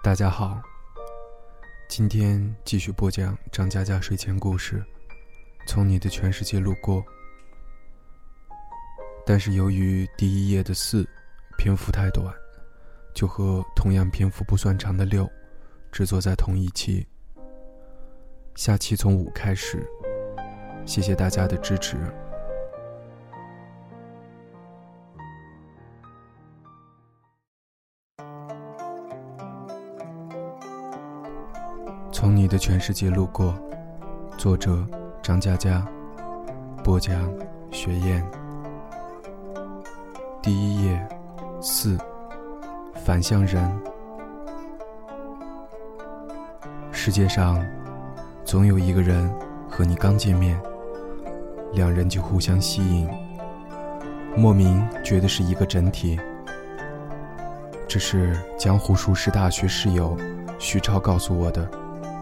大家好，今天继续播讲张嘉佳睡前故事，从你的全世界路过。但是由于第一页的4篇幅太短，就和同样篇幅不算长的6制作在同一期。下期从5开始，谢谢大家的支持。从你的全世界路过，作者张嘉佳，播讲雪燕。第一页4，反向人。世界上总有一个人和你刚见面，两人就互相吸引，莫名觉得是一个整体。这是江湖术士大学室友徐超告诉我的。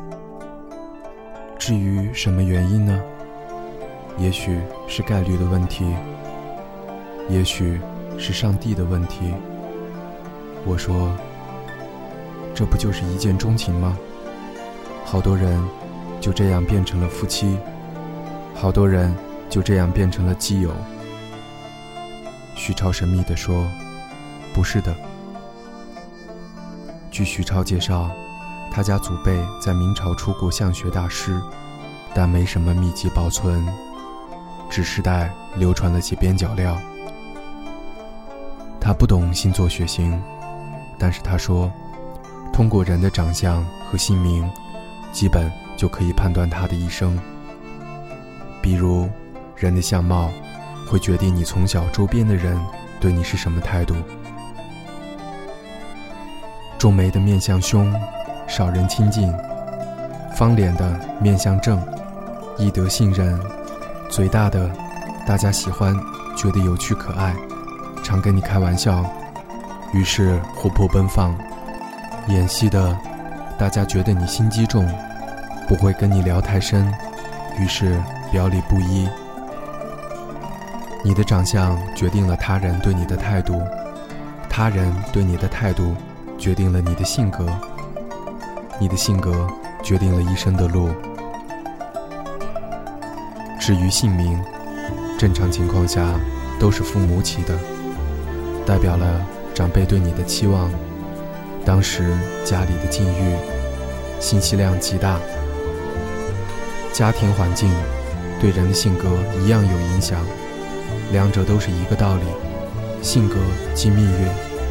至于什么原因呢？也许是概率的问题，也许是上帝的问题。我说，这不就是一见钟情吗？好多人就这样变成了夫妻，好多人就这样变成了基友。徐超神秘地说，不是的。据徐超介绍，他家祖辈在明朝出过相学大师，但没什么秘籍保存，只世代流传了些边角料。他不懂星座血型，但是他说，通过人的长相和姓名，基本就可以判断他的一生。比如，人的相貌会决定你从小周边的人对你是什么态度。重眉的面相凶，少人亲近；方脸的面相正，易得信任；嘴大的大家喜欢，觉得有趣可爱，常跟你开玩笑，于是活泼奔放；演戏的大家觉得你心机重，不会跟你聊太深，于是表里不一。你的长相决定了他人对你的态度，他人对你的态度决定了你的性格，你的性格决定了一生的路。至于姓名，正常情况下都是父母起的，代表了长辈对你的期望，当时家里的境遇，信息量极大。家庭环境对人的性格一样有影响，两者都是一个道理，性格即命运。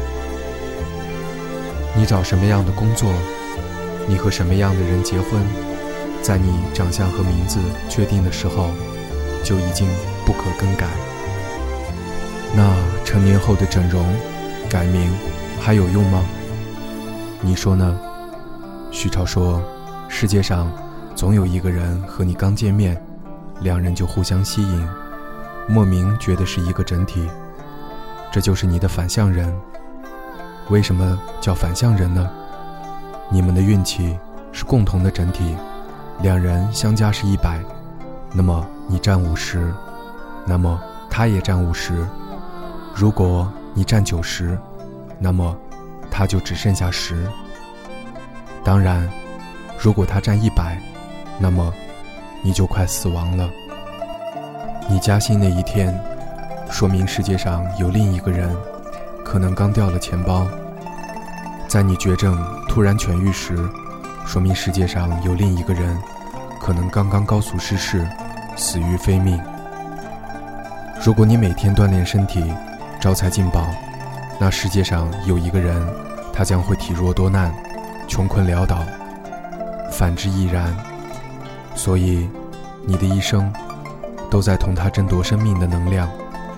你找什么样的工作，你和什么样的人结婚，在你长相和名字确定的时候，就已经不可更改。那成年后的整容、改名还有用吗？你说呢？徐超说，世界上总有一个人和你刚见面，两人就互相吸引，莫名觉得是一个整体。这就是你的反向人。为什么叫反向人呢？你们的运气是共同的整体，两人相加是100，那么你占50，那么他也占50。如果你占90，那么他就只剩下10。当然，如果他占100，那么你就快死亡了。你加薪那一天，说明世界上有另一个人，可能刚掉了钱包。在你绝症突然痊愈时，说明世界上有另一个人，可能刚刚高速失事，死于非命。如果你每天锻炼身体，招财进宝，那世界上有一个人，他将会体弱多难，穷困潦倒。反之亦然。所以你的一生都在同他争夺生命的能量。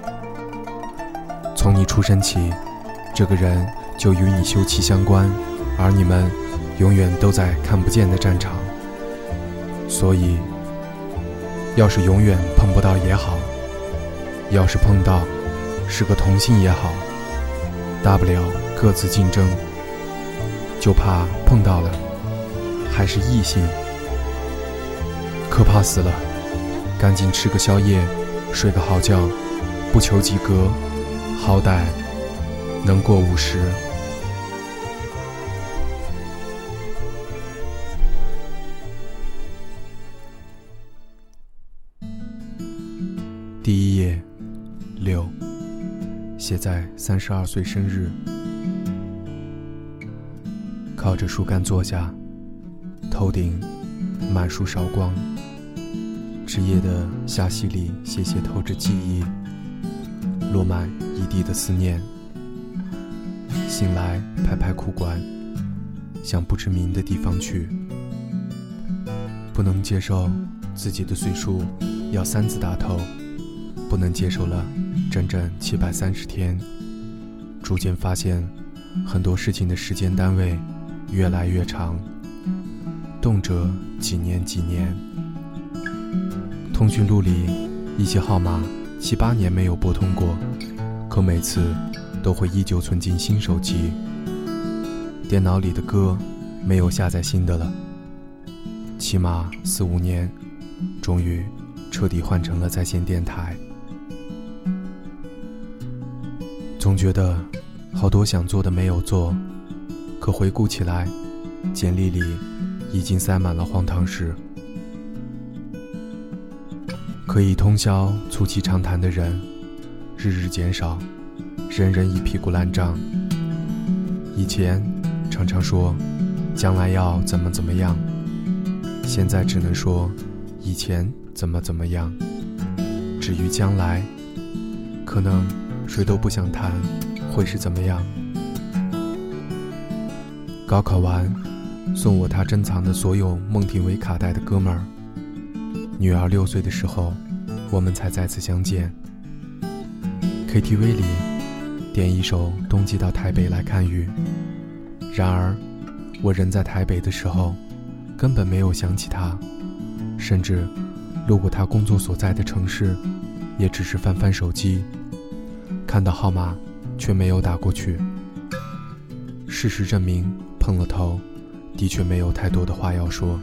从你出生起，这个人就与你休戚相关，而你们永远都在看不见的战场。所以要是永远碰不到也好，要是碰到是个同性也好，大不了各自竞争，就怕碰到了还是异性，可怕死了。赶紧吃个宵夜，睡个好觉，不求及格，好歹能过50。 第一页6，写在32岁生日。靠着树干坐下，头顶满树韶光，枝叶的罅隙里斜斜透着记忆，落满一地的思念。醒来拍拍裤管，向不知名的地方去。不能接受自己的岁数要3字打头，不能接受了整整730天，逐渐发现很多事情的时间单位越来越长，动辄几年。通讯录里一些号码7、8年没有拨通过，可每次都会依旧存进新手机。电脑里的歌没有下载新的了，起码4、5年，终于彻底换成了在线电台。总觉得好多想做的没有做，可回顾起来，简历里已经塞满了荒唐事。可以通宵促膝长谈的人日日减少，人人一屁股烂账。以前常常说将来要怎么样，现在只能说以前怎么样。至于将来，可能谁都不想谈会是怎么样。高考完，送我他珍藏的所有孟庭苇卡带的哥们儿，女儿6岁的时候，我们才再次相见。KTV 里点一首《冬季到台北来看雨》，然而我人在台北的时候根本没有想起他，甚至路过他工作所在的城市，也只是翻翻手机，看到号码却没有打过去。事实证明，碰了头的确没有太多的话要说。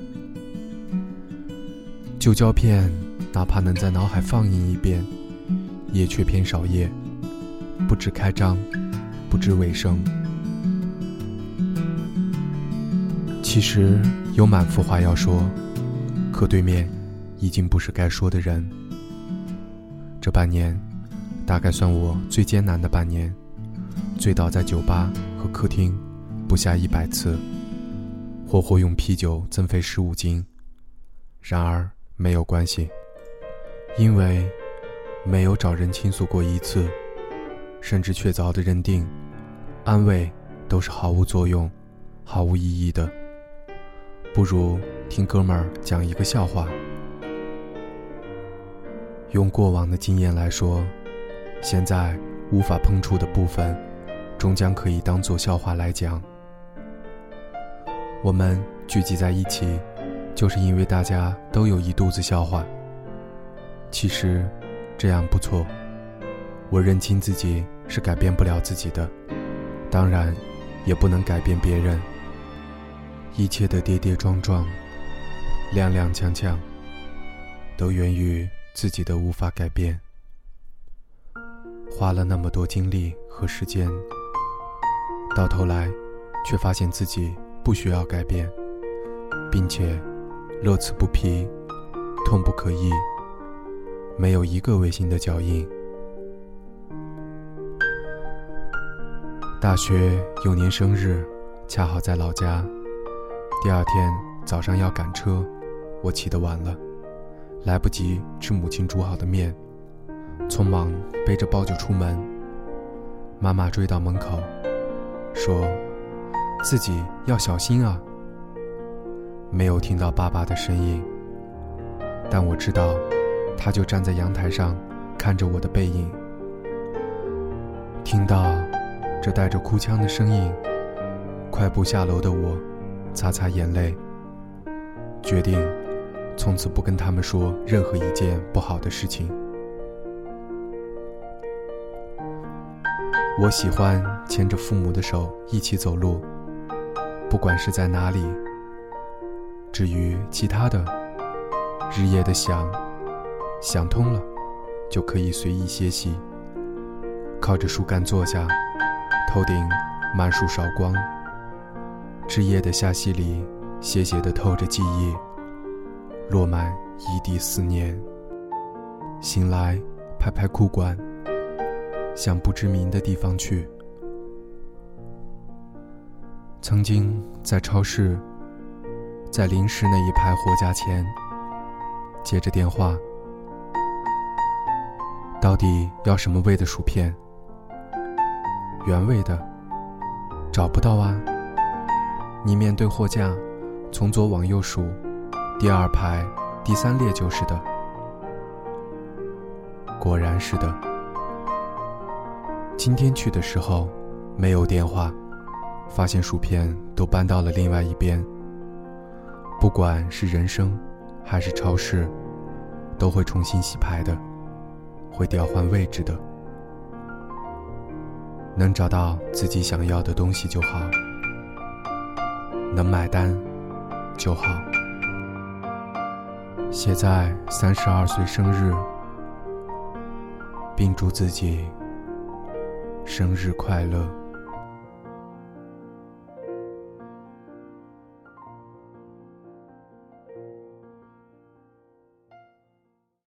旧胶片哪怕能在脑海放映一遍，也却偏少页，不知开张，不知尾声。其实有满腹话要说，可对面已经不是该说的人。这半年大概算我最艰难的半年，醉倒在酒吧和客厅不下100次，活活用啤酒增肥15斤。然而没有关系，因为没有找人倾诉过一次，甚至确凿地认定安慰都是毫无作用毫无意义的，不如听哥们儿讲一个笑话。用过往的经验来说，现在无法碰触的部分终将可以当作笑话来讲。我们聚集在一起，就是因为大家都有一肚子笑话。其实这样不错，我认清自己是改变不了自己的，当然也不能改变别人。一切的跌跌撞撞，踉踉跄跄，都源于自己的无法改变。花了那么多精力和时间，到头来却发现自己不需要改变，并且乐此不疲，痛不可抑，没有一个违心的脚印。大学有年生日，恰好在老家，第二天早上要赶车，我起得晚了，来不及吃母亲煮好的面，匆忙背着包就出门。妈妈追到门口，说自己要小心啊。没有听到爸爸的声音，但我知道他就站在阳台上看着我的背影。听到这带着哭腔的声音，快步下楼的我擦擦眼泪，决定从此不跟他们说任何一件不好的事情。我喜欢牵着父母的手一起走路，不管是在哪里。至于其他的，日夜的想通了，就可以随意歇息。靠着树干坐下，头顶满树韶光，枝叶的罅隙里斜斜地透着记忆，落满一地思念。 醒来拍拍裤管，向不知名的地方去。曾经在超市，在零食那一排货架前接着电话，到底要什么味的薯片？原味的，找不到啊。你面对货架，从左往右数，第二排第三列就是的。果然是的。今天去的时候没有电话，发现薯片都搬到了另外一边。不管是人生还是超市，都会重新洗牌的，会调换位置的。能找到自己想要的东西就好，能买单就好。写在32岁生日，并祝自己生日快乐。